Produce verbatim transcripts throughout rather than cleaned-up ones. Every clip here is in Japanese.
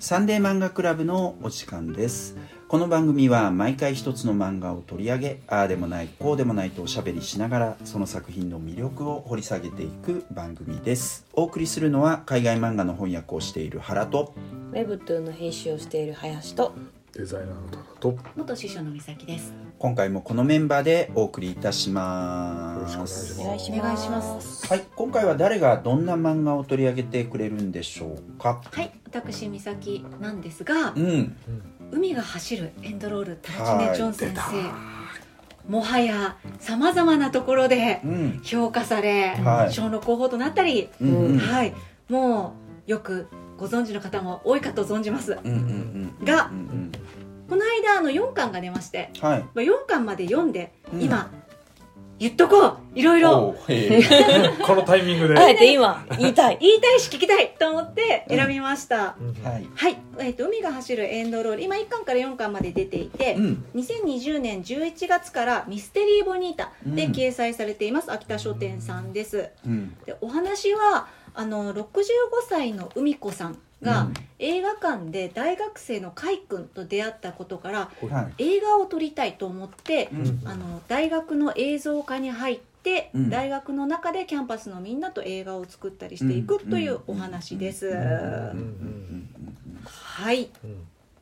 サンデー漫画クラブのお時間です。この番組は毎回一つの漫画を取り上げ、ああでもないこうでもないとおしゃべりしながらその作品の魅力を掘り下げていく番組です。お送りするのは海外漫画の翻訳をしている原と、 ウェブトゥーンの編集をしている林と、 デザイナーのタナと元師匠の美咲です。 今回もこのメンバーでお送りいたします。 よろしくおお願いしお願いしまますす。 はい、今回は誰がどんな漫画を取り上げてくれるんでしょうか。 はい、私美咲なんですが、 うん、 海が走るエンドロールタはいラチネ・ジョン先生、もはやさまざまなところでうん評価され、 はい賞の候補となったり、 うんうんはい、もうよくご存知の方も多いかと存じます、 うんうんうんがうんうんこの間あのよんかんが出まして、 はい、 まあ、よんかんまで読んで、 うん今言っとこう、いろいろおうへーこのタイミングで、 あえて今言いたい。 言いたいし聞きたいと思って選びました、 うんはい、 はい、えー、と海が走るエンドロール、今いっかんからよんかんまで出ていて、 うんにせんにじゅうねんじゅういちがつからミステリーボニータでうん掲載されています、秋田書店さんです。 うんでお話はあのろくじゅうごさいの海子さんが、 うん映画館で大学生の海君と出会ったことからはい映画を撮りたいと思って、 うんあの大学の映像科に入って、 うん大学の中でキャンパスのみんなと映画を作ったりしていくというお話です。 うんうんはい、 うん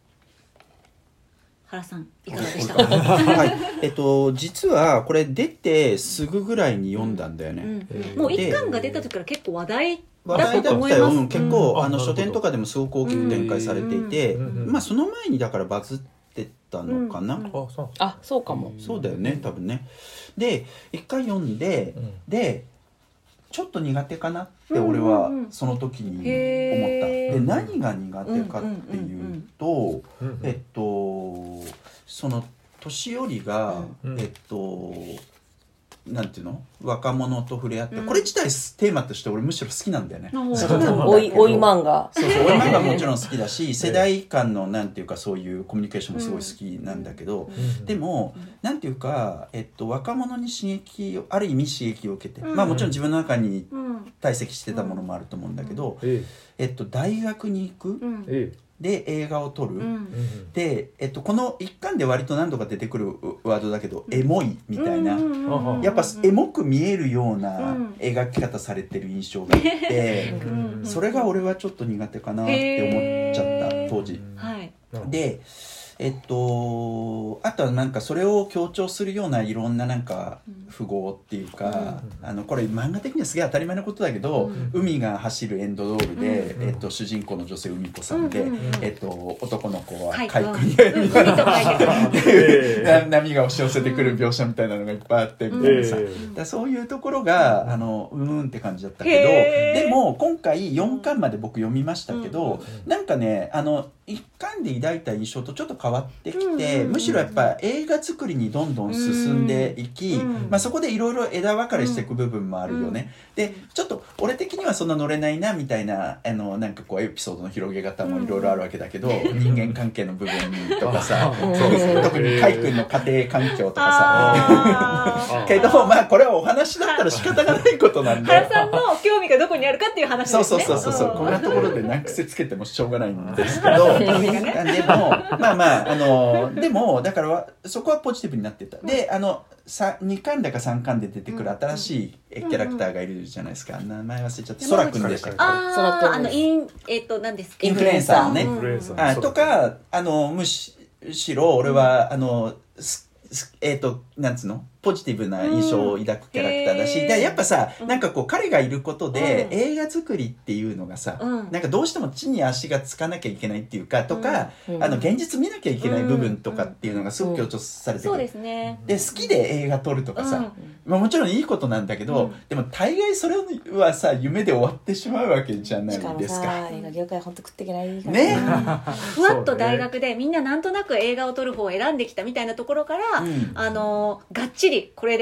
原さんいかがでしたか？ はい、えっと実はこれ出てすぐぐらいに読んだんだよね、 うんえーもういっかんが出た時から結構話題話だ題だったよ、 と思います。 うん、結構、 うんあの書あなるほど店とかでもすごく大きく展開されていて、 うんまあその前にだからバズってたのかな、 うんうんあそうあ、そうかも。 そうだよね多分ね。で一回読んで、 うんでちょっと苦手かなって俺はうんうんうんその時に思った、 へーで何が苦手かっていうと、 うんえっとその年寄りが、 うんえっとなんていうの若者と触れ合って、 うんこれ自体テーマとして俺むしろ好きなんだよね。 うんそうなんだけどおい、おい漫画。 そうそう、俺漫画もちろん好きだし世代間のなんていうかそういうコミュニケーションもすごい好きなんだけど、 うんでもなんていうか、えっと、若者に刺激をある意味刺激を受けて、 うんまあもちろん自分の中にうん堆積してたものもあると思うんだけど、 ええっと、大学に行くうんええで映画を撮る、 うんうんで、えっと、この一巻で割と何度か出てくるワードだけどエモいみたいな、 うんやっぱエモく見えるようなうん描き方されてる印象があって、 うんそれが俺はちょっと苦手かなって思っちゃった当時。 はいなるほどでえっとあとはなんかそれを強調するようないろんななんか符号っていうか、 うんあのこれ漫画的にはすげえ当たり前のことだけど、 うん海が走るエンドロールで、 うんえっと、主人公の女性海子さんで、 うんうんうんえっと、男の子は海海君君にみたいな海と書いてあるええな波が押し寄せてくる描写みたいなのがいっぱいあってみたいなさ、 えだからそういうところがあのうーんって感じだったけへーど、でも今回よんかんまで僕読みましたけど、 うんなんかねあのいっかんで抱いた印象とちょっと変わってきて、 うんうんむしろやっぱ映画作りにどんどん進んでいき、 うんまあ、そこでいろいろ枝分かれしていく部分もあるよね、でちょっと俺的にはそんな乗れないなみたいなあのなんかこうエピソードの広げ方もいろいろあるわけだけど、人間関係の部分とかさうんそうですね特に海君の家庭環境とかさあーけどまあこれはお話だったら仕方がないことなんで原さんの興味がどこにあるかっていう話ですね。 そうそうそうそうそう、 んこんなところで難癖つけてもしょうがないんですけど興味がねでもまあまああのでもだからそこはポジティブになってた。であのさにかんだかさんかんで出てくる新しいキャラクターがいるじゃないですか、名前忘れちゃってそらくんでしたっけ、 あそらくんあ、あのインえっ、と何ですか。 インフルエンサーねうんインフルエンサーあとかあのむしろ俺はあのすすえっ、となんつうのポジティブな印象を抱くキャラクターだし、 うんへーでやっぱさ、 うんなんかこう彼がいることで、 うん映画作りっていうのがさ、 うんなんかどうしても地に足がつかなきゃいけないっていうかとか、 うんあの現実見なきゃいけない部分とかっていうのがすごく強調されてくる、 そうですね。 で好きで映画撮るとかさ、 うんまあ、もちろんいいことなんだけど、 うんでも大概それはさ夢で終わってしまうわけじゃないしかもですかさ、映画業界ほんと食っていけないからねふわっと大学でみんななんとなく映画を撮る方を選んできたみたいなところから、 うんあのがっちりこれで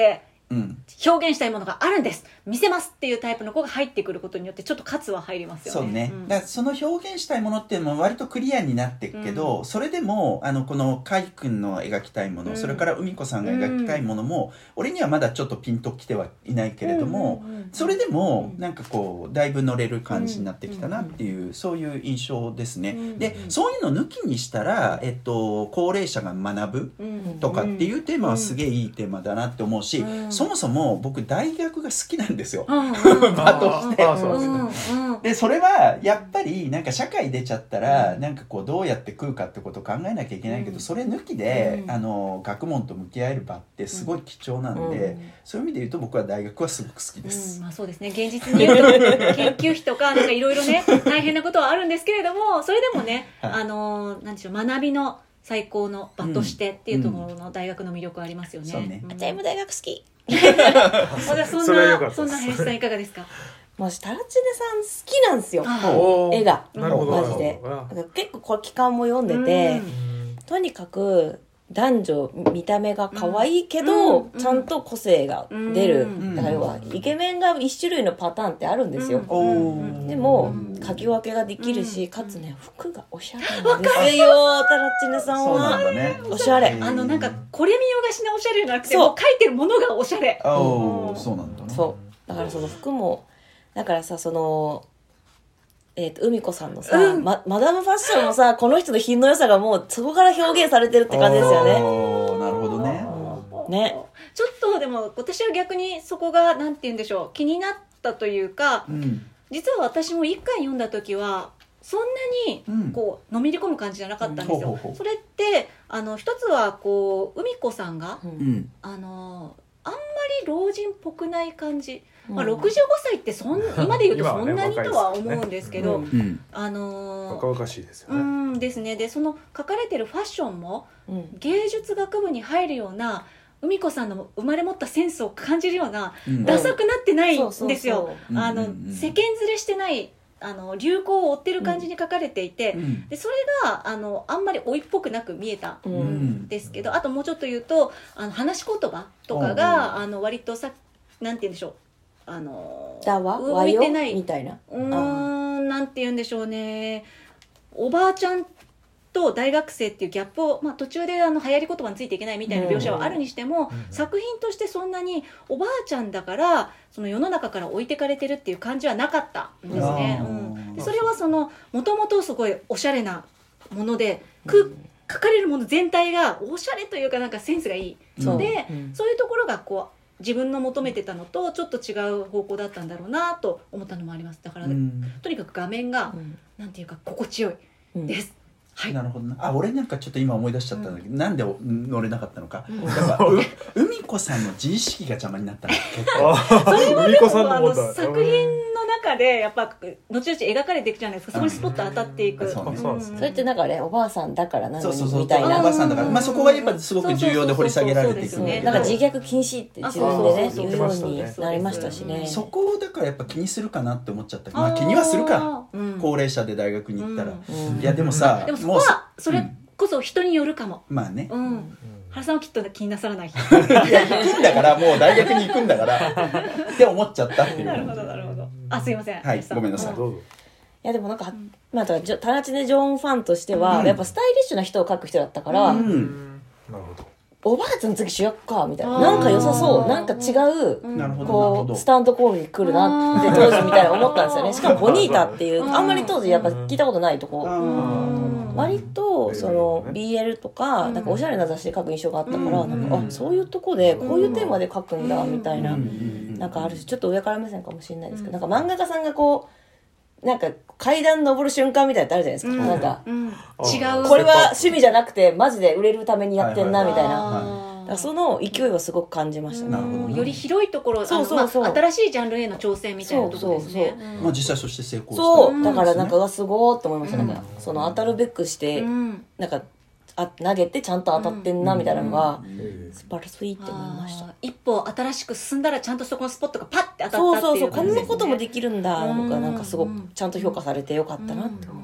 うん表現したいものがあるんです見せますっていうタイプの子が入ってくることによってちょっと喝は入りますよね。 そうね、 んだからその表現したいものっていうのも割とクリアになっていくけど、 うんそれでもあのこの海君の描きたいもの、 うんそれから海子さんが描きたいものも、俺にはまだちょっとピンときてはいないけれども、 うんうんうんそれでもうんなんかこうだいぶ乗れる感じになってきたなっていう、そういう印象ですね、 うんでそういうの抜きにしたら、えっと、高齢者が学ぶうんとかっていうテーマはすげえいいテーマだなって思うし、 うんそもそも僕大学が好きなんですよ、 うんうん場としてあそうですねうんうんでそれはやっぱりなんか社会出ちゃったらなんかこうどうやって食うかってことを考えなきゃいけないけど、 うんそれ抜きで、 うんあの学問と向き合える場ってすごい貴重なんで、 うんそういう意味で言うと僕は大学はすごく好きです、 うんまあ、そうですね現実に言うと研究費とかなんかいろいろね大変なことはあるんですけれどもそれでもね、 はいあのなんでしょう学びの最高の場としてっていうところの大学の魅力ありますよね。 そうねん私も大学好き。 あじゃあそんそれは良かったですなそんな林さんいかがですか。 もうタラチネさん好きなんですよ。 あおー絵がなるほどマジで。 なるほどだから結構これ期間も読んでて、とにかく男女見た目が可愛いけど、 うんちゃんと個性が出る、 うんだから要はイケメンが一種類のパターンってあるんですよ、 おうんーでもうん書き分けができるし、 うんかつね服がおしゃれなんですよタラチネさんそうなんはだねおしゃれへーあのなんかこれ見よがしなおしゃれじゃなくてそうもう書いてるものがおしゃれ。 おーうんそうなんだねそうだからその服もだからさそのえー、と海子さんのさ、 うんま、マダムファッションもさこの人の品の良さがもうそこから表現されてるって感じですよねおーなるほどねねちょっとでも私は逆にそこがなんて言うんでしょう気になったというかうん実は私も一巻読んだ時はそんなにうんこうのめり込む感じじゃなかったんですよ。 ほうほうほうそれってあの一つはこう海子さんがううんんあのあんまり老人っぽくない感じ、まあ、 うんろくじゅうごさいってそん今で言うとそんなに今はねとは思うんですけど、 うんうんあの若々しいですようね。 んですね。でその書かれてるファッションもうん芸術学部に入るような海子さんの生まれ持ったセンスを感じるようなうんダサくなってないんそうですよ。 そうそうあのうんうんうん世間連れしてないあの流行を追ってる感じに書かれていて、 うんでそれがあのあんまり老いっぽくなく見えたうんんですけど、あともうちょっと言うとあの話し言葉とかがあの割とさなんて言うんでしょうあのだわ浮わよいてないみたいなうーんなんて言うんでしょうねおばあちゃんと大学生っていうギャップを、まあ、途中であの流行り言葉についていけないみたいな描写はあるにしても、 うん作品としてそんなにおばあちゃんだからその世の中から置いてかれてるっていう感じはなかったんですね。 あーうん、でそれはそのもともとすごいおしゃれなもので、く書かれるもの全体がおしゃれというかなんかセンスがいいそうで、 うんそういうところがこう自分の求めてたのとちょっと違う方向だったんだろうなと思ったのもあります。だから、 うんとにかく画面が、 うんなんていうか心地よいうんです。はい。 なるほどなあ俺なんかちょっと今思い出しちゃったんだけど、なんで乗れなかったのか、 うんやっぱう海子さんの自意識が邪魔になったの結構ああ、海子さんのあの問題。 作品の中でやっぱ後々描かれていくじゃないですか。そこにスポット当たっていく。 うんそうねそうなんですねそれってなんかねおばあさんだからなのそうそうそうにみたいなおばさんだから、まあ、そこがやっぱすごく重要で掘り下げられていくんだけど、 なんか自虐禁止って自分でねあそう言そううようになりましたしねそこをだからやっぱ気にするかなって思っちゃったまあ気にはするか、 あーうん高齢者で大学に行ったら、 うんうんいやでもさでもそこもうはそれこそ人によるかも。 まあね、 うん。原さんはきっと気になさらない。 いや行くんだからもう大学に行くんだからって思っちゃったっていうなるほどなるほど。あすいません。 はい林さごめんなさいどうぞ。 いやでもなんか、まあ、だからジョタラチネ・ジョーンファンとしては、 うんやっぱスタイリッシュな人を描く人だったから、 うんなるほど。 おばあちゃん次主役かみたいなあーなんか良さそうなんか違う、 うんなるほどなるほどこうスタンド攻撃来るなって当時みたいな思ったんですよねしかもボニータっていううんあんまり当時やっぱ聞いたことないとこうん割とそのうんビーエル とかうんなんかおしゃれな雑誌で書く印象があったから、 うんなんかあそういうとこでこういうテーマで書くんだみたいな、 うんなんかあるしちょっと上から目線かもしれないですけど、なんか漫画家さんがこうなんか階段登る瞬間みたいなのってあるじゃないですか、 うんなんかうん違あう。 これは趣味じゃなくてマジで売れるためにやってんなみたいな、 はいだあからその勢いはすごく感じましたね、 なるほどねより広いところ、 そうそうそうあのまあ、新しいジャンルへの挑戦みたいなところですね。 まあ実際そして成功したそうだからなんかうわすごーって思いました、 うんなんかその当たるべくして、 うんなんかあ投げてちゃんと当たってんなみたいなのがえ素晴らしいって思いました、 あー一歩新しく進んだらちゃんとそこのスポットがパッて当たそうったっていそうそううこんな感じですね。 こともできるんだとかうんなんかすごくちゃんと評価されてよかったなって思った、 うん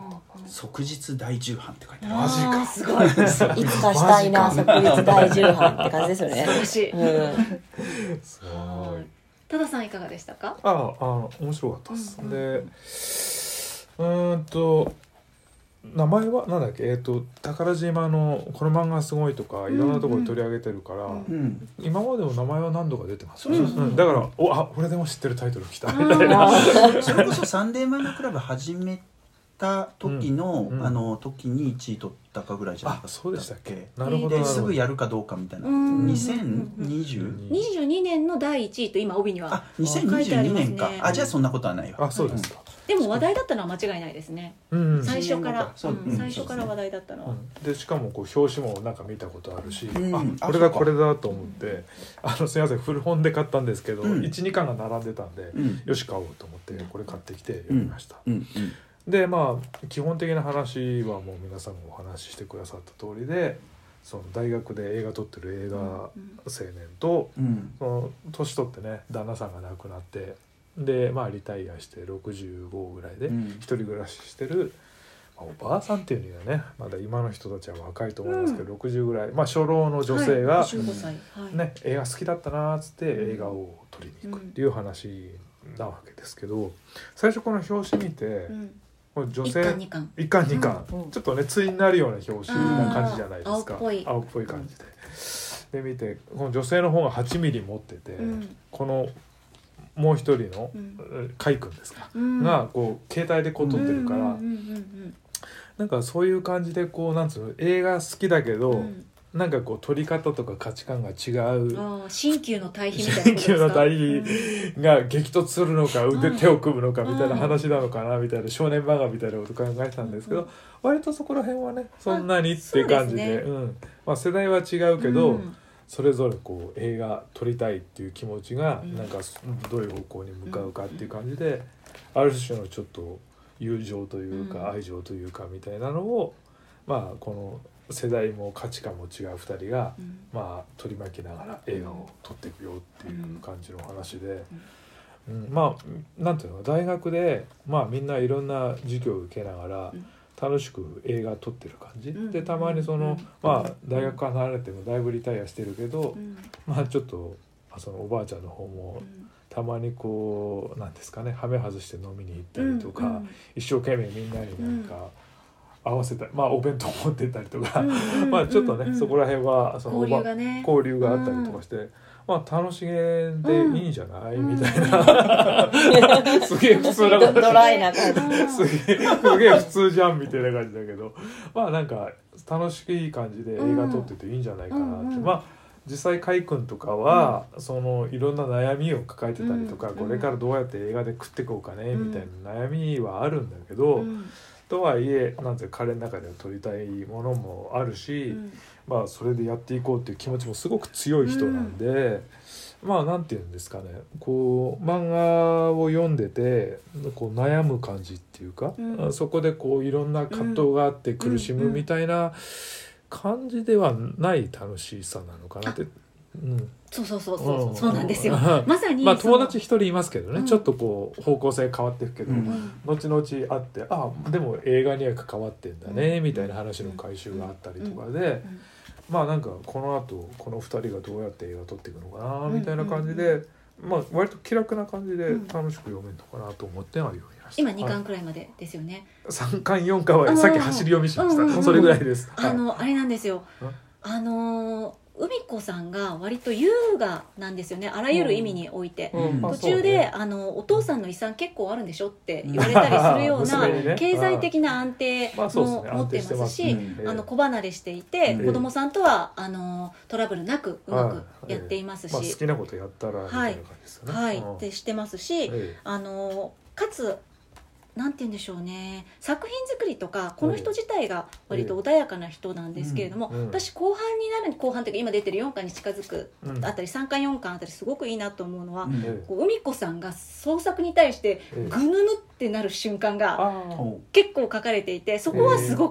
即日大重版って書いてある。 マジかあーすごいいつかしたいな即日大重版って感じですよね。 素晴らしい。 うんすごい。 多田さんいかがでしたか？ ああ、あ面白かったです。 うんで、うーんと名前はなんだっけ、えっ、と宝島のこの漫画すごいとかいろんなところで取り上げてるから、 うんうん今までも名前は何度か出てますよね。 うんうんだからおあ俺でも知ってるタイトル来たみたいな。 それこそサンデー漫画クラブ始めた時の、 うんうんあの時にいちい取ったかぐらいじゃなかったあそうでしたっけ。 でなるほどなるほど。 すぐやるかどうかみたいな、 うんにせんにじゅうにじゅうにねんのだいいちいと今帯にはあにせんにじゅうにねんか書いてありますねあじゃあそんなことはないわあそうですか。 でも話題だったのは間違いないですね。 うん。 最初からそううんうん最初から話題だったのは、 うんでしかもこう表紙もなんか見たことあるし、 うんあこれだあそうかこれだと思ってあのすみません古本で買ったんですけど、 うんいちにかんが並んでたんで、 うんよし買おうと思ってこれ買ってきて読みました、 うんうんでまあ基本的な話はもう皆さんもお話ししてくださった通りで、その大学で映画撮ってる映画青年と、 うんその年取ってね旦那さんが亡くなってでまあリタイアしてろくじゅうごぐらいでうん一人暮らししてる、まあおばあさんっていうにはねまだ今の人たちは若いと思いますけど、 うんろくじゅうぐらい、まあ、初老の女性が、 はい、じゅうごさい、はいね、映画好きだったなーっつって映画を撮りに行くっていう話なわけですけど、最初この表紙見て、 うん、一これ女性巻二巻一巻二巻、 うんちょっとね対になるような表紙な感じじゃないですか、 あー青っぽい青っぽい感じで、で見てこの女性の方がはちミリ持ってて、 うんこのもう一人のうんカイ君ですか、 うんがこう携帯でこう撮ってるから、 うんうんうんなんかそういう感じでこうなんつうの映画好きだけど、 うんうんなんかこう撮り方とか価値観が違うああ新旧の対比みたいなことですか？ 新旧の対比が激突するのか腕はい手を組むのかみたいな話なのかなみたいな少年漫画みたいなこと考えてたんですけど、 うん割とそこら辺はねそんなにっていう感じで、 そうですねうんまあ、世代は違うけど、 うんそれぞれこう映画撮りたいっていう気持ちがうんなんかどういう方向に向かうかっていう感じで、ある種のちょっと友情といううんか愛情というかみたいなのを、まあこの世代も価値観も違うふたりが、 うんまあ、取り巻きながら映画を撮っていくよっていう感じの話で、うんまあなんていうの大学で、まあ、みんないろんな授業を受けながらうん楽しく映画撮ってる感じ、 うんでたまにその、 うんまあ、大学から離れてもだいぶリタイアしてるけど、 うんまあちょっとそのおばあちゃんの方もたまにこうなんですかねハメ外して飲みに行ったりとか、 うん一生懸命みんなになんか合わせたり、まあお弁当持ってったりとか、 うんまあちょっとね、 うんそこら辺はその交流がね交流があったりとかして、まあ楽しげでいいんじゃない、みたいなすげえ普通なドことドライな感じ。 すげえすげえ普通じゃんみたいな感じだけど、まあなんか楽しい感じで映画撮ってていいんじゃないかなって、 うんうんまあ実際カイ君とかは、そのいろんな悩みを抱えてたりとか、 うんこれからどうやって映画で食っていこうかね、みたいな悩みはあるんだけど、 うんとはいえなんて彼の中では撮りたいものもあるし、 うんまあそれでやっていこうっていう気持ちもすごく強い人なんで、まあなんていうんですかねこう漫画を読んでてこう悩む感じっていうか、 うんそこでこういろんな葛藤があって苦しむみたいな感じではない楽しさなのかなって。うんそうそうそうそう、 うんそうなんですようんまさにまあその友達一人いますけどね、 うんちょっとこう方向性変わっていくけど、 うんうん後々会ってあでも映画には関わってんだね、みたいな話の回収があったりとかで、 うんまあなんかこの後このふたりがどうやって映画撮っていくのかなうんみたいな感じで、まあ割と気楽な感じでうん楽しく読めるのかなと思っては読みました。 今にかんくらいまでですよね、 さんかんよんかんはさっき走り読みしました、 うんうんうんそれぐらいです。 あのあれなんですようんあのー海子さんが割と優雅なんですよねあらゆる意味において、 うんまあ途中で、 そうねあのお父さんの遺産結構あるんでしょって言われたりするような、 娘にね経済的な安定まあそうですねも持ってますし、 安定してますねあの子離れしていて、 うん子供さんとはあのトラブルなくうまくやっていますし、 まあ、好きなことやったらみたいな感じですよね。 はい、 うんでしてますし、 ええあのかつなんて言うんでしょうね作品作りとかこの人自体が割と穏やかな人なんですけれども、 うんうん私後半になる後半というか今出てるよんかんに近づくうんあたりさんかんよんかんあたりすごくいいなと思うのは、 うんええこう海子さんが創作に対してええぐぬぬってなる瞬間があお結構書かれていてそこはすごく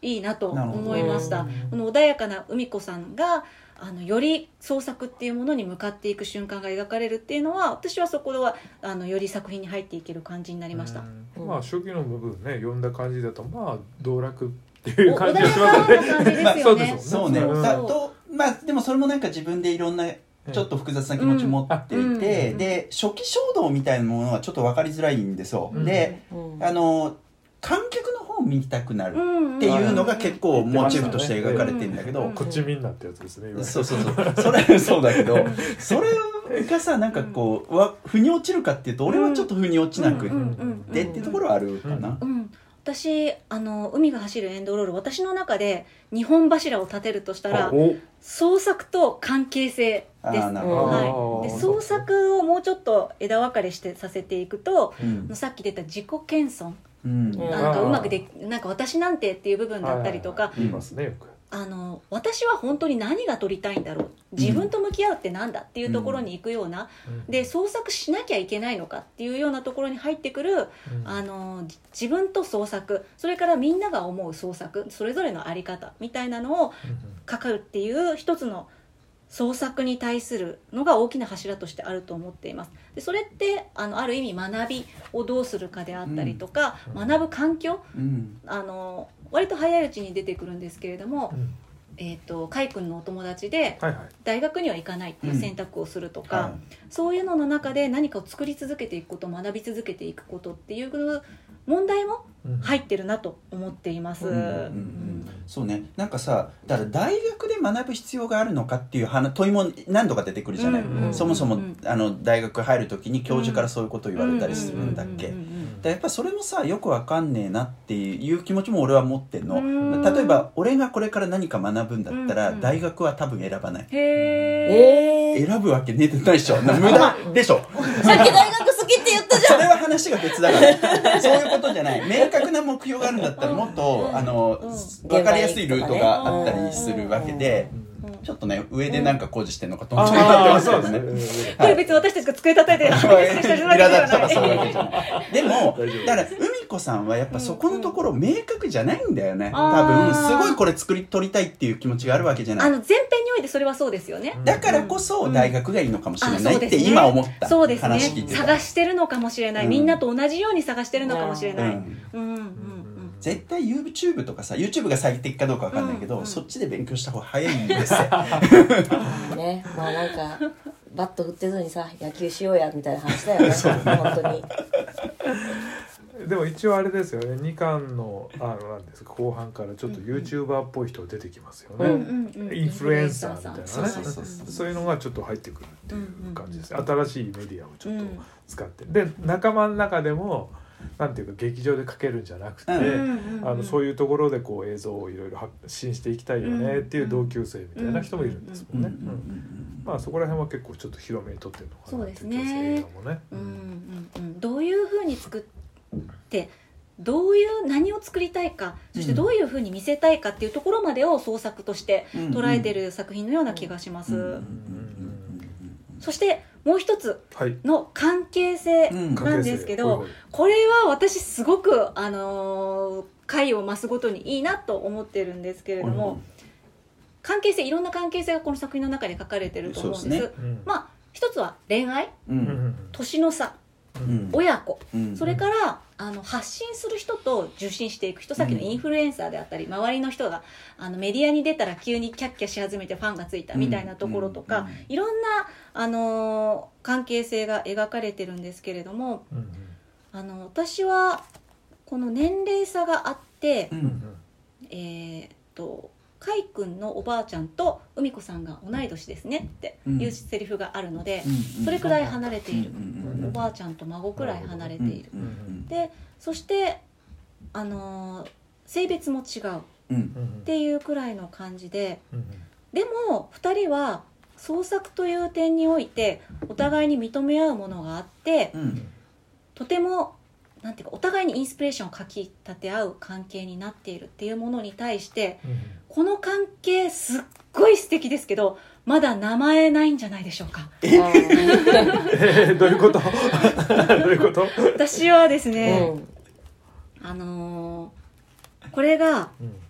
いいなと思いました。 なるほどこの穏やかな海子さんがあのより創作っていうものに向かっていく瞬間が描かれるっていうのは、私はそこではあのより作品に入っていける感じになりました。 うんまあ初期の部分ね読んだ感じだとまあ道楽っていう感じがし穏ますよね。 やかな感じですよね。 そうね、 うんだとまあでもそれもなんか自分でいろんなちょっと複雑な気持ちを持っていて、 うんうんで初期衝動みたいなものはちょっと分かりづらいんですよ、 うんで、 うんあの観客の方を見たくなるうんっていうのが結構モチーフとして描かれてるんだけど、 うんこっちみんなってやつですね。いわゆるそうそうそうそれそうだけどそれがさなんかこうわ腑に落ちるかっていうと俺はちょっと腑に落ちなくってっていうところはあるかな。 うん私あの海が走るエンドロール、私の中で日本柱を立てるとしたらお創作と関係性です。 あーなるほど、 はい、であー創作をもうちょっと枝分かれしてさせていくと、 うんさっき出た自己謙遜、 うんうんなんかうまくでなんか私なんてっていう部分だったりとか、 言いますねよく。 あの私は本当に何が撮りたいんだろう、自分と向き合うってなんだっていうところに行くような、 うんで創作しなきゃいけないのかっていうようなところに入ってくる、 うんあのじ自分と創作、それからみんなが思う創作、それぞれの在り方みたいなのを書くっていう一つの創作に対するのが大きな柱としてあると思っています。でそれってあのある意味学びをどうするかであったりとか、 うん学ぶ環境、 うんあの割と早いうちに出てくるんですけれども、 うんえー、と海君のお友達ではいはい。 大学には行かないっていう選択をするとか、 はそういうのの中で何かを作り続けていくこと、学び続けていくことっていう問題もうん入ってるなと思っています。 うんうんうんそうね、なんかさだから大学で学ぶ必要があるのかっていう話問いも何度か出てくるじゃない、 うんうんそもそも、 うんあの大学入る時に教授からそういうことを言われたりするんだっけ、 うんうんうんうんでやっぱそれもさよくわかんねえなっていう気持ちも俺は持ってんの、 うん例えば俺がこれから何か学ぶんだったら、 うん大学は多分選ばない、 へえ。 えー、 選ぶわけねえないでしょな無駄でしょさっき大学好きって言ったじゃん。 それは話が別だからそういうことじゃない明確な目標があるんだったらもっと、あのうん分かりやすいルートがあったりするわけで、 うんちょっとね上でなんか工事してんのかと思ってますけどね、 これ別に私たちが机叩いてる話してるわけでは苛立ちとかそういうわない。 けじゃないでも大丈夫だから海子さんはやっぱそこのところ明確じゃないんだよね、 あー多分すごいこれ作り取りたいっていう気持ちがあるわけじゃないあの前編においてそれはそうですよね。 だからこそ大学がいいのかもしれないってあそうですね今思ったそうですね話聞いてた探してるのかもしれない、 うんみんなと同じように探してるのかもしれない、 うんうんうんうん絶対 YouTube とかさ YouTube が最適かどうかわかんないけど、 うんうんそっちで勉強した方が早いんですよね、まあなんかバット振ってずにさ野球しようやみたいな話だよね本当に。 でも一応あれですよね、にかんのあのなんですか後半からちょっと YouTuber っぽい人出てきますよね、 うんうんうんインフルエンサーみたいなね、 そうそうそうそうそういうのがちょっと入ってくるっていう感じです、 うんうん新しいメディアをちょっと使って、で仲間の中でもなんていうか劇場でかけるんじゃなくて、 うんあのそういうところでこう映像をいろいろ発信していきたいよねっていう同級生みたいな人もいるんですもんね、 うんうんうんまあそこら辺は結構ちょっと広めにとってるのかなそうですねっていう気がする映画もね。 うんうんうん、どういうふうに作ってどういう何を作りたいか、そしてどういうふうに見せたいかっていうところまでを創作として捉えてる作品のような気がします、 うんうんうんうんそしてもう一つはい。 の関係性うんなんですけど、 関係性これは私すごく、あのー回を増すごとにいいなと思ってるんですけれども、関係性いろんな関係性がこの作品の中で書かれてると思うんです。 そうですうんまあ一つは恋愛、 ううんん年の差、 うん親子、 うんそれからあの発信する人と受信していく人、さっきのインフルエンサーであったり、周りの人があのメディアに出たら急にキャッキャし始めてファンがついたみたいなところとか、 うんうんいろんな、あのー関係性が描かれてるんですけれども、 うんあの私はこの年齢差があって、 ううんんえーっとカイ君のおばあちゃんと海子さんが同い年ですねっていうセリフがあるので、それくらい離れている、 うんおばあちゃんと孫くらい離れている、 うんうんでそして、あのー性別も違うっうんうんうんていうくらいの感じで、 うんでもふたりは創作という点においてお互いに認め合うものがあって、 うんとてもなんていうかお互いにインスピレーションをかき立て合う関係になっているっていうものに対して、 うんこの関係すっごい素敵ですけどまだ名前ないんじゃないでしょうか。 えー、どういうことどういうこと、 私はですうね、 んあのーこれがうん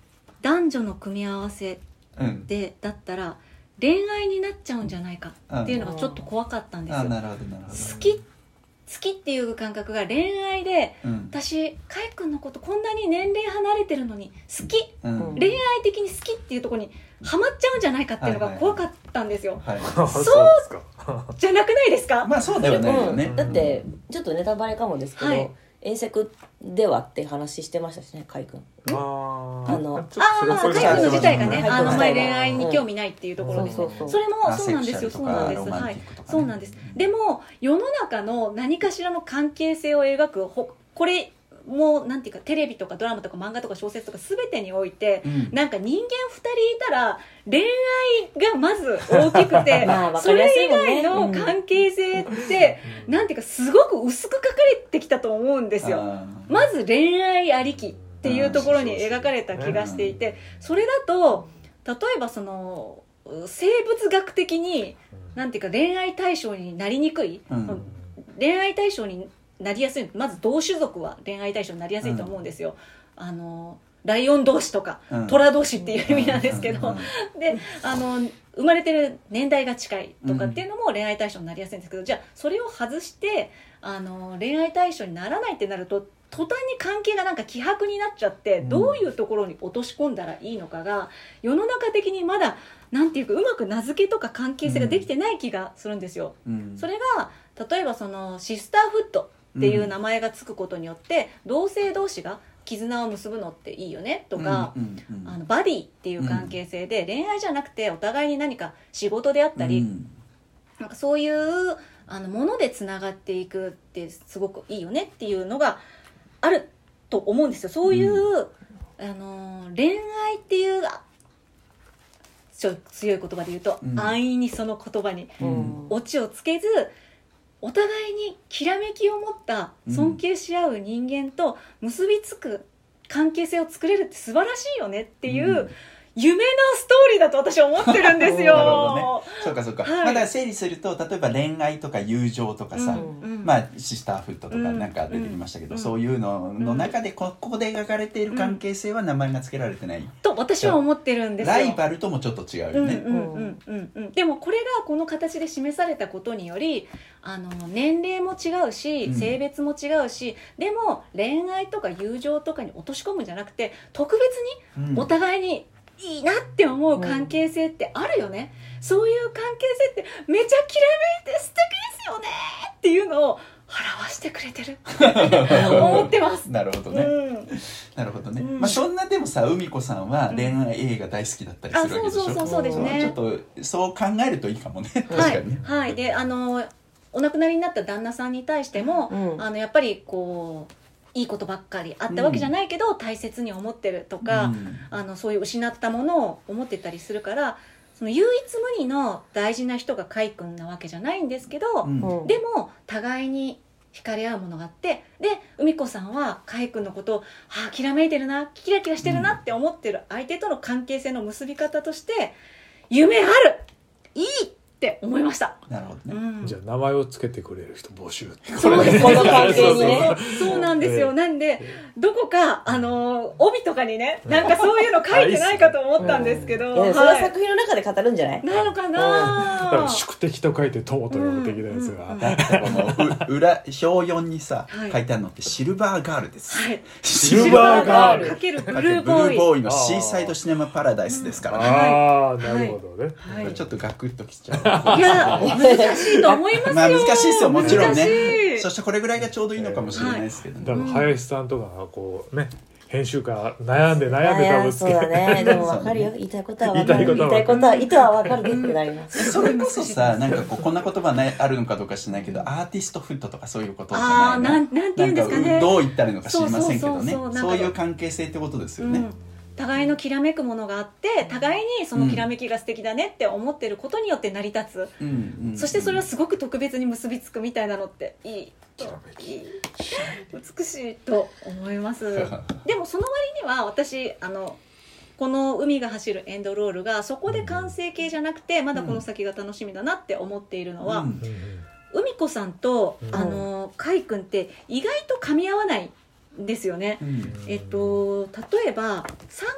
男女の組み合わせうんでだったら恋愛になっちゃうんじゃないかっていうのがちょっと怖かったんですよ。 あなるほどなるほど好き好きっていう感覚が恋愛で、 うん私カイ君のことこんなに年齢離れてるのに好き、 うん恋愛的に好きっていうところにハマっちゃうんじゃないかっていうのが怖かったんですよ、 はいそうですかじゃなくないですか、 まあそうではないよね、 うんだってちょっとネタバレかもですけど、 はい遠足ではって話してましたしね、カイ君。 ああのちょっとそれああカイ君自体がね、 はいあのあんまり恋はい愛に興味ないっていうところで、 そうそうそうそれもアそうなんですよ、 セクシャルとかそうなんです、 ロマはいンティックとかねそうなんです。でも世の中の何かしらの関係性を描くほこれもうなんていうかテレビとかドラマとか漫画とか小説とか全てにおいて、 うんなんか人間ふたりいたら恋愛がまず大きくてまあわかそりやすれ以いもんね外の関係性って、なんていうかすごく薄く書かれてきたと思うんですよ。 あーまず恋愛ありきっていうところに描かれた気がしていて、それだと例えばその生物学的になんていうか恋愛対象になりにくい、 うん恋愛対象になりやすい、まず同種族は恋愛対象になりやすいと思うんですよ、あのライオン同士とか、 うん虎同士っていう意味なんですけど、 うんうんであの生まれてる年代が近いとかっていうのも恋愛対象になりやすいんですけど、じゃあそれを外してあの恋愛対象にならないってなると途端に関係がなんか希薄になっちゃって、 うんどういうところに落とし込んだらいいのかが世の中的にまだなんていうかうまく名付けとか関係性ができてない気がするんですよ、 うんそれが例えばそのシスターフッドっていう名前がつくことによって、同性同士が絆を結ぶのっていいよねとか、 うんうんうんあのバディっていう関係性で、恋愛じゃなくてお互いに何か仕事であったり、 うんなんかそういうあのものでつながっていくってすごくいいよねっていうのがあると思うんですよ。そういう、うん、あの恋愛っていうちょっと強い言葉で言うと、 うん、 安易にその言葉にうんオチをつけず、お互いにきらめきを持った尊敬し合う人間と結びつく関係性を作れるって素晴らしいよねっていう、うん、夢のストーリーだと私は思ってるんですよ。 なるほどね。そうかそうか、 はい、 まだ整理すると例えば恋愛とか友情とかさ、 うんうん、 まあシスターフットとかなんか出てきましたけど、うん、そういうのの中でここで描かれている関係性は名前が付けられてない、うん、 と私は思ってるんですよ。 ライバルともちょっと違うよね。 うんうんうんうん、でもこれがこの形で示されたことにより、あの年齢も違うし、うん、性別も違うし、でも恋愛とか友情とかに落とし込むんじゃなくて特別にお互いにいいなって思う関係性ってあるよね、うん、そういう関係性ってめちゃきらめいて素敵ですよねっていうのを表してくれてる思ってます。 なるほどね、うん、なるほどね、うん、まあそんなでもさ海子さんは恋愛映画大好きだったりするわけでしょ、うん、 そうそうそうですね。 ちょっとそう考えるといいかもね。確かにね、 はい、はい、であのお亡くなりになった旦那さんに対しても、うん、あのやっぱりこういいことばっかりあったわけじゃないけど、うん、大切に思ってるとか、うん、あのそういう失ったものを思ってたりするから、その唯一無二の大事な人がカイ君なわけじゃないんですけど、うん、でも互いに惹かれ合うものがあって、で海子さんはカイ君のことを、はあ、きらめいてるな、キラキラしてるなって思ってる相手との関係性の結び方として夢ある、いいって思いました。 なるほどね、 うん、じゃあ名前をつけてくれる人募集。 そうです、この関係にね。 そうなんですよ。なんでどこかあの帯とかにね、なんかそういうの書いてないかと思ったんですけど、 うん、いやそれは作品の中で語るんじゃない？ なのかな。 だから宿敵と書いて友と呼ぶ的なやつが。 うんうん、だってこの裏表よんにさ、はい、書いてあるのってシルバーガールです。 はい、 シルバーガールかけるブルーボーイ。 ブルーボーイのシーサイドシネマパラダイスですからね。 ああ、なるほどね。 はい、ちょっとガクッときちゃう。 いや難しいと思いますよ。 まあ難しいですよ、もちろんね。そしてこれぐらいがちょうどいいのかもしれないですけどね。 だから林さんとかがこうね、編集家悩んで悩んで多分そうだね。でも分かるよ。言いたいことは分かる。言いたいことは意図は分かるってなります。 それこそさ、なんかこうこんな言葉ねあるのかどうか知らないけど、アーティストフットとかそういうことじゃないの。 ああ、なんなんて言うんですかね。 どう言ったらいいのか知りませんけどね。そういう関係性ってことですよね。 互いのきらめくものがあって、互いにそのきらめきが素敵だねって思ってることによって成り立つ、うんうんうん、そしてそれはすごく特別に結びつくみたいなのっていい、 きらめき、 いい美しいと思いますでもその割には私あのこの海が走るエンドロールがそこで完成形じゃなくて、まだこの先が楽しみだなって思っているのは、うん、海子さんと、うん、あのカイ君って意外と噛み合わないですよね、うん、えっと例えば 3,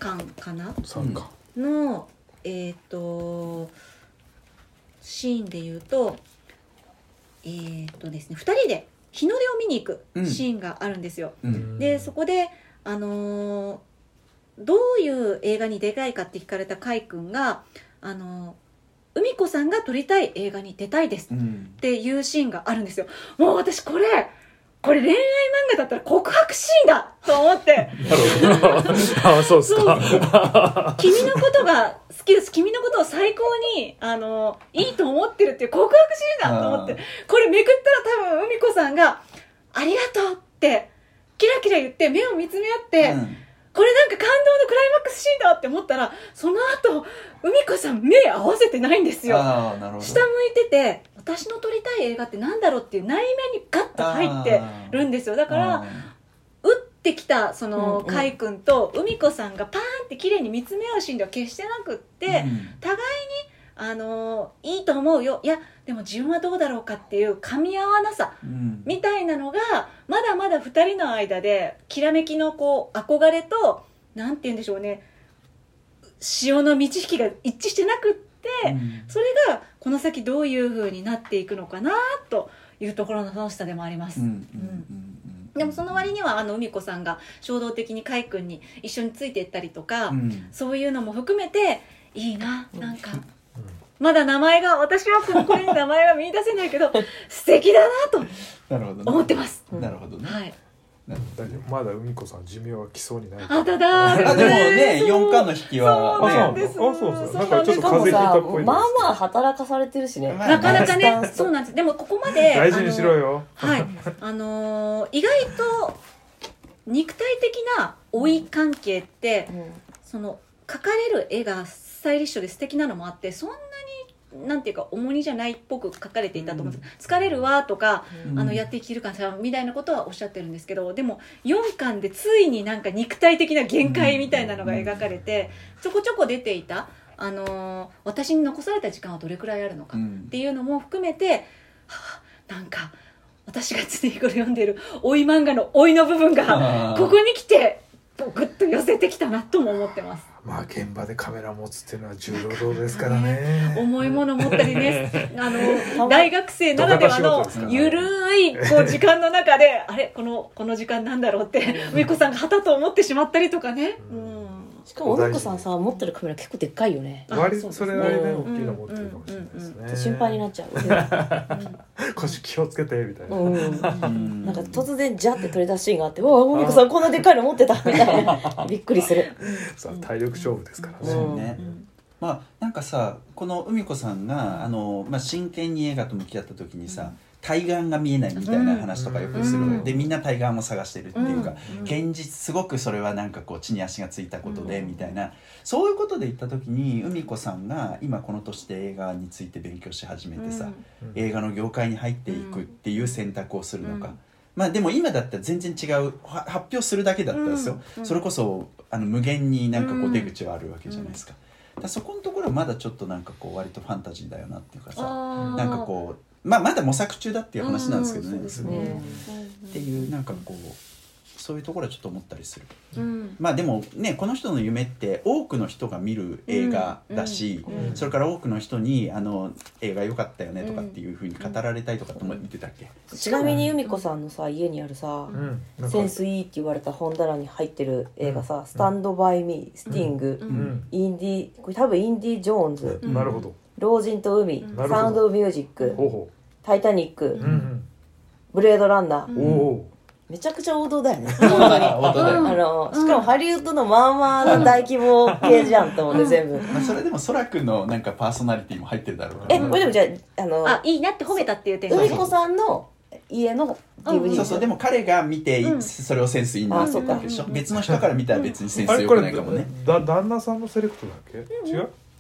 かんかなさんかのえっ、とシーンで言うとえっ、とですねふたりで日の出を見に行くシーンがあるんですよ、 うんでそこであのーどういう映画に出たいかって聞かれたカイ君があのー、海子さんが撮りたい映画に出たいですうんっていうシーンがあるんですよ。もう私これこれ恋愛漫画だったら告白シーンだと思ってなるほどあそうですか君のことが好きです、君のことを最高にあのいいと思ってるっていう告白シーンだと思ってこれめくったら多分海子さんがありがとうってキラキラ言って目を見つめ合って、 うんこれなんか感動のクライマックスシーンだって思ったらその後海子さん目合わせてないんですよ。 あーなるほど下向いてて私の撮りたい映画ってなんだろうっていう内面にガッと入ってるんですよ。だからあ打ってきたそうんうんのカイ君と海子さんがパーンって綺麗に見つめ合うシーンでは決してなくって、 ーうん互いにあのーいいと思うよ、いやでも自分はどうだろうかっていう噛み合わなさうんみたいなのがまだまだふたりの間できらめきのこう憧れとなんて言うんでしょうね潮の満ち引きが一致してなくって、 うんそれがこの先どういう風になっていくのかなというところの楽しさでもあります、 うんうんうんでもその割にはあの海子さんが衝動的にカイ君に一緒についていったりとか、 うんそういうのも含めていいな、なんかまだ名前が私はこの子に名前は見出せないけど素敵だなとなるほどね思ってます、 なるほどねはい、 なる大丈夫まだ海子さん寿命は来そうにないあただあでもねよんかんの引きはそうなんねですあそうそうそうなんかちょっとしかも風邪ひいたさっぽいですまあまあ働かされてるしね、 まあなかなかねスタンスそうなんです。でもここまで大事にしろよあのはいあのー意外と肉体的な老い関係ってうんその描かれる絵がスタイリッシュで素敵なのもあってそんなになんていうか重荷じゃないっぽく描かれていたと思うんです、疲れるわとか、 うんあのやっていけるかさみたいなことはおっしゃってるんですけどでもよんかんでついになんか肉体的な限界みたいなのが描かれてちょこちょこ出ていた、あのー私に残された時間はどれくらいあるのかっていうのも含めて、はあ、なんか私が常日頃読んでいる老い漫画の老いの部分があーここに来てグッと寄せてきたなとも思ってます。 まあ現場でカメラ持つっていうのは重労働ですからね重いもの持ったりねあの大学生ならではのドカバ仕事ですからゆるいこう時間の中であれこのこの時間なんだろうって美子さんがはたと思ってしまったりとかね、うんしかもおみこさんさ持ってるカメラ結構でっかいよね、 あ割とそうですねそれなりにね大きいの持ってるかもしれないですね心配になっちゃう、 腰気をつけてみたいな、 うん、 うんなんか突然ジャって取り出しシーンがあって「うわおみこさんこんなでっかいの持ってた」みたいなびっくりする。 さあ体力勝負ですからね、 そうねうんまあなんかさこの海子さんがあの、まあ、真剣に映画と向き合った時にさ、対岸が見えないみたいな話とかよくする、 うんでみんな対岸を探してるっていうか、 うん現実すごくそれはなんかこう地に足がついたことで、 うんみたいなそういうことで言った時に海子さんが今この年で映画について勉強し始めてさ、 うん映画の業界に入っていくっていう選択をするのか、 うんまあでも今だったら全然違うは発表するだけだったんですよ、 うんそれこそあの無限になんかこううん出口はあるわけじゃないですか,、だからそこのところはまだちょっとなんかこう割とファンタジーだよなっていうかさあーなんかこう、まあ、まだ模索中だっていう話なんですけどね,、 うんそうですねっていうなんかこうそういうところはちょっと思ったりする。 うんまあでもねこの人の夢って多くの人が見る映画だし、 うんうんそれから多くの人にあの映画良かったよねとかっていうふうに語られたいとかとも言ってたっけ、 ちなみに由美子さんのさ家にあるさ、 うんなんかセンスいいって言われた本棚に入ってる映画さ「スタンド・バイ・ミー」「スティング」 うんうんインディこれ多分インディ・ジョーンズ」 うんなるほど老人と海」 うんなるほどサウンド・オブ・ミュージック」 ほうほタイタニック」 ううんブレードランナー」 うんおおめちゃくちゃ王道だよね本当だよあのしかもハリウッドのまあまあな大規模系じゃんと思って全部まあ、それでもそらくんのなんかパーソナリティも入ってるだろうからえこれでもじゃああのあいいなって褒めたっていう点がね海子さんの家の ディーブイディーそうそうでも彼が見て、 うんそれをセンスいいなって言ったわけでしょ、 あそうか別の人から見たら別にセンスあれこれ良くないかもね、 だ旦那さんのセレクトだっけ違う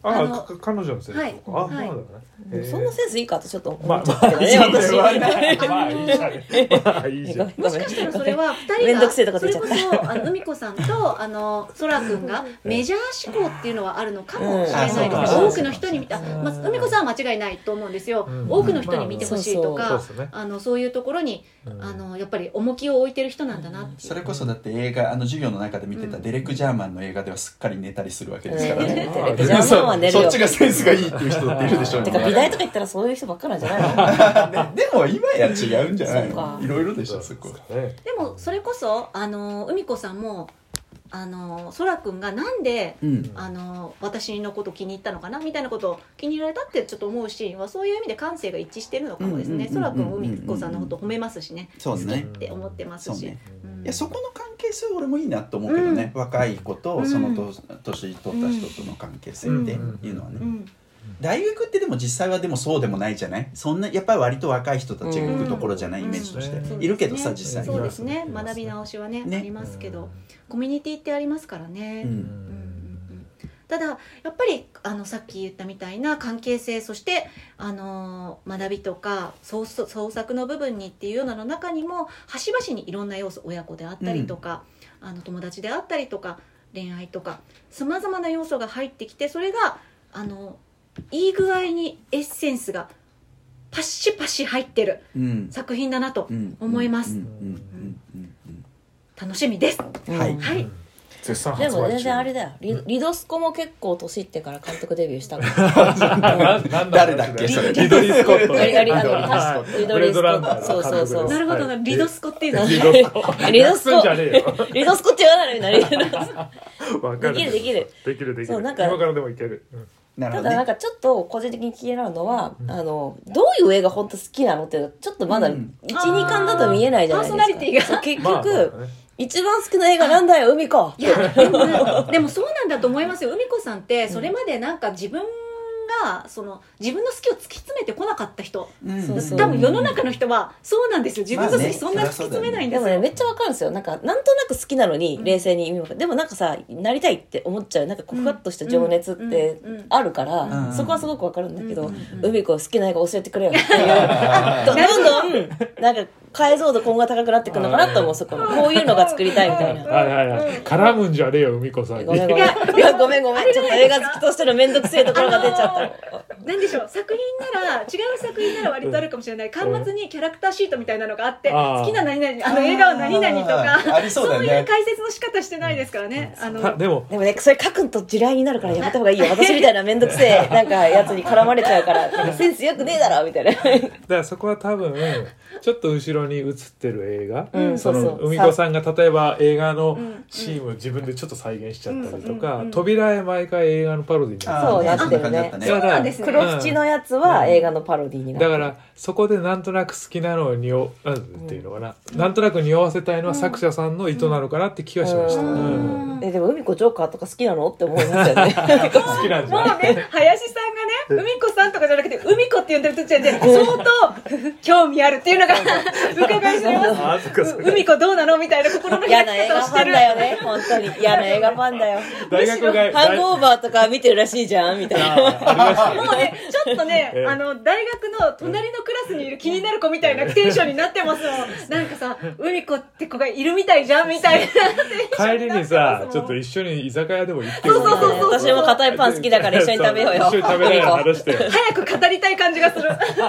ああのあか彼女のせいはいあ、 はいそうなんだね、 でもそんなセンスいいかとちょっと思まあっちゃったけどね、 まあ私まあいいじゃんまあいいじゃんごめんもしかしたらそれはふたりめんどくせえとがそこ出ちゃったれこそあの海子さんとあのそらくんがメジャー志向っていうのはあるのかもしれないですね、 うんあそう多くの人に見た、まあ、海子さんは間違いないと思うんですよ、 うん多くの人に見てほしいとそうか、 ですねあのそういうところにうんあのやっぱり重きを置いてる人なんだなっていう、 それこそだって映画あの授業の中で見てたデレク・ジャーマンの映画ではすっかり寝たりするわけですからね、 うんテレビジャーマンは寝るよそっちがセンスがいいっていう人だっているでしょうねてか美大とか言ったらそういう人ばっかなんじゃないのででも今や違うんじゃないそうかのいろいろでしょそこそうですねでもそれこそあの海子さんもあのそらくんがなんでうんあの私のこと気に入ったのかなみたいなことを気に入られたってちょっと思うし、まあ、そういう意味で感性が一致してるのかもですね。 うんそらくんうんうんうん海子さんのこと褒めますしね、 そうね好きって思ってますし、 そうねうんいやそこの関係性俺もいいなと思うけどね、若い子とそのと年取った人との関係性っていうのはね、 うん大学ってでも実際はでもそうでもないじゃないそんなやっぱり割と若い人たちが行くところじゃないイメージとして、 うんいるけどさそう実際にそうですね、 います学び直しはねねありますけど、コミュニティってありますからね、 うんうんうんうんただやっぱりあのさっき言ったみたいな関係性、そしてあの学びとか創創作の部分にっていうようなの中にも端々にいろんな要素、親子であったりとか、あの友達であったりとか恋愛とかさまざまな要素が入ってきて、それがあのいい具合にエッセンスがパッシパシ入ってるうん作品だなとうん思います、 うんうんうんうん楽しみです。 うんはい、 はい絶賛でも発売中全然あれだよ リ, リドスコも結構年いってから監督デビューしたからななん誰だっけそれリドリー・スコットリドリーあのあリドリースコブレードランナーのそうそうそうなるほどな、 はいリドスコっていうのリドスコリドスコ訳すんじゃねえよリドスコって言わないのみんなリドスわかるできるできるできるできるそうなんか今からでもいける、うんたなるほどねだなんかちょっと個人的に気になるのは、あのどういう映画本当好きなのっていうのちょっとまだいち、 うんにかんだと見えないじゃないですか。 パーソナリティがそう結局、 まあまあね一番好きな映画なんだよ海子いやでもねでもそうなんだと思いますよ。海子さんってそれまでなんか自分がその自分の好きを突き詰めてこなかった人、 うんそうそう多分世の中の人はそうなんですよ。自分の好まあねきそんな突き詰めないんでよ。 ですもねめっちゃわかるんですよ。なんかなんとなく好きなのに冷静に見るでもなんかさなりたいって思っちゃうなんかこふわっとした情熱ってうんうんあるから、 うんそこはすごくわかるんだけど、 うんうん海子好きな映画教えてくれよっていうどどんどんなんか解像度今後が高くなってくるのかなと思う。そこのこういうのが作りたいみたいな。 はいはいはい絡むんじゃねえよ海子さんにごめんごめん。いやごめんごめん。ちょっと映画好きとしてのめんどくせえところが出ちゃった。 なんでしょう、作品なら違う作品なら割とあるかもしれない。端末にキャラクターシートみたいなのがあって、 あー好きな何々あの映画は何々とかあーありそうだよねいう解説の仕方してないですからね。あのたでもでもねそれ書くんと地雷になるからやめた方がいいよ。私みたいなめんどくせえなんかやつに絡まれちゃうからなんかセンスよくねえだろみたいな。 だからそこは多分ちょっと後ろに映ってる映画、 うんそのそうそう海子さんが例えば映画のんシーンを自分でちょっと再現しちゃったりとか、 うんうん扉絵毎回映画のパロディになそうってるなってるねそんな感じだったねそうなんですね。 黒縁のやつは映画のパロディになってる。 だからそこでなんとなく好きなのを匂なんていうのかな、なんとなく匂わせたいのは作者さんの意図なのかなって気がしました、 うんうんえでも海子ジョーカーとか好きなのって思いますよね。 好きなんじゃないもうね、林さんがね、海子さんとかじゃなくて、海子って呼んでる時点で、相当興味あるっていうのが伺い知れます。 あそっかそっか海子どうなのみたいな心の嫌開な映画ファンき方をしてる。 だよね本当に嫌な映画ファンだよ。 大学がハングオーバーとか見てるらしいじゃんみたいな。 あありましたねもうね、ちょっとねええ、 あの、大学の隣のクラスにいる気になる子みたいなテンションになってますもん。なんかさ、海子って子がいるみたいじゃんみたいな。 帰りにさちょっと一緒に居酒屋でも行ってよそうそうそうそう私も硬いパン好きだから一緒に食べようよ。 一緒に食べながら話してよ早く語りたい感じがする。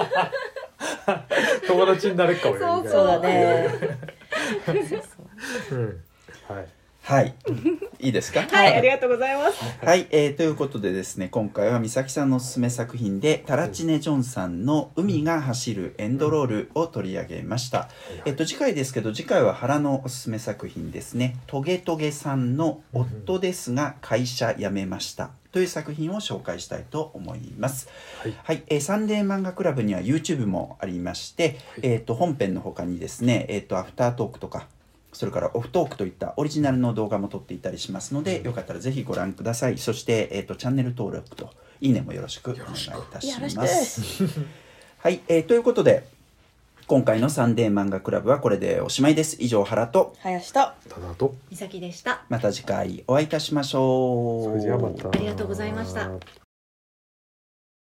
友達になれっかもよそうそうだね。 うんはいはいいいですかはい、ありがとうございます。 はい、えーということでですね今回は美咲さんのおすすめ作品でタラチネ・ジョンさんの「海が走るエンドロール」を取り上げました、えっと次回ですけど次回は原のおすすめ作品ですねトゲトゲさんの「夫ですが会社辞めました」という作品を紹介したいと思います。 はいはい、えーサンデー漫画クラブには YouTube もありまして、えー、と本編の他にですね、えー、とアフタートークとかそれからオフトークといったオリジナルの動画も撮っていたりしますので、よかったらぜひご覧ください。そして、えー、とチャンネル登録といいねもよろしくお願いいたしよろしくます。はい、えーということで今回のサンデー漫画クラブはこれでおしまいです。以上原と林と。 ただと美咲でした。 また次回お会いいたしましょう。 それじゃあまたありがとうございました。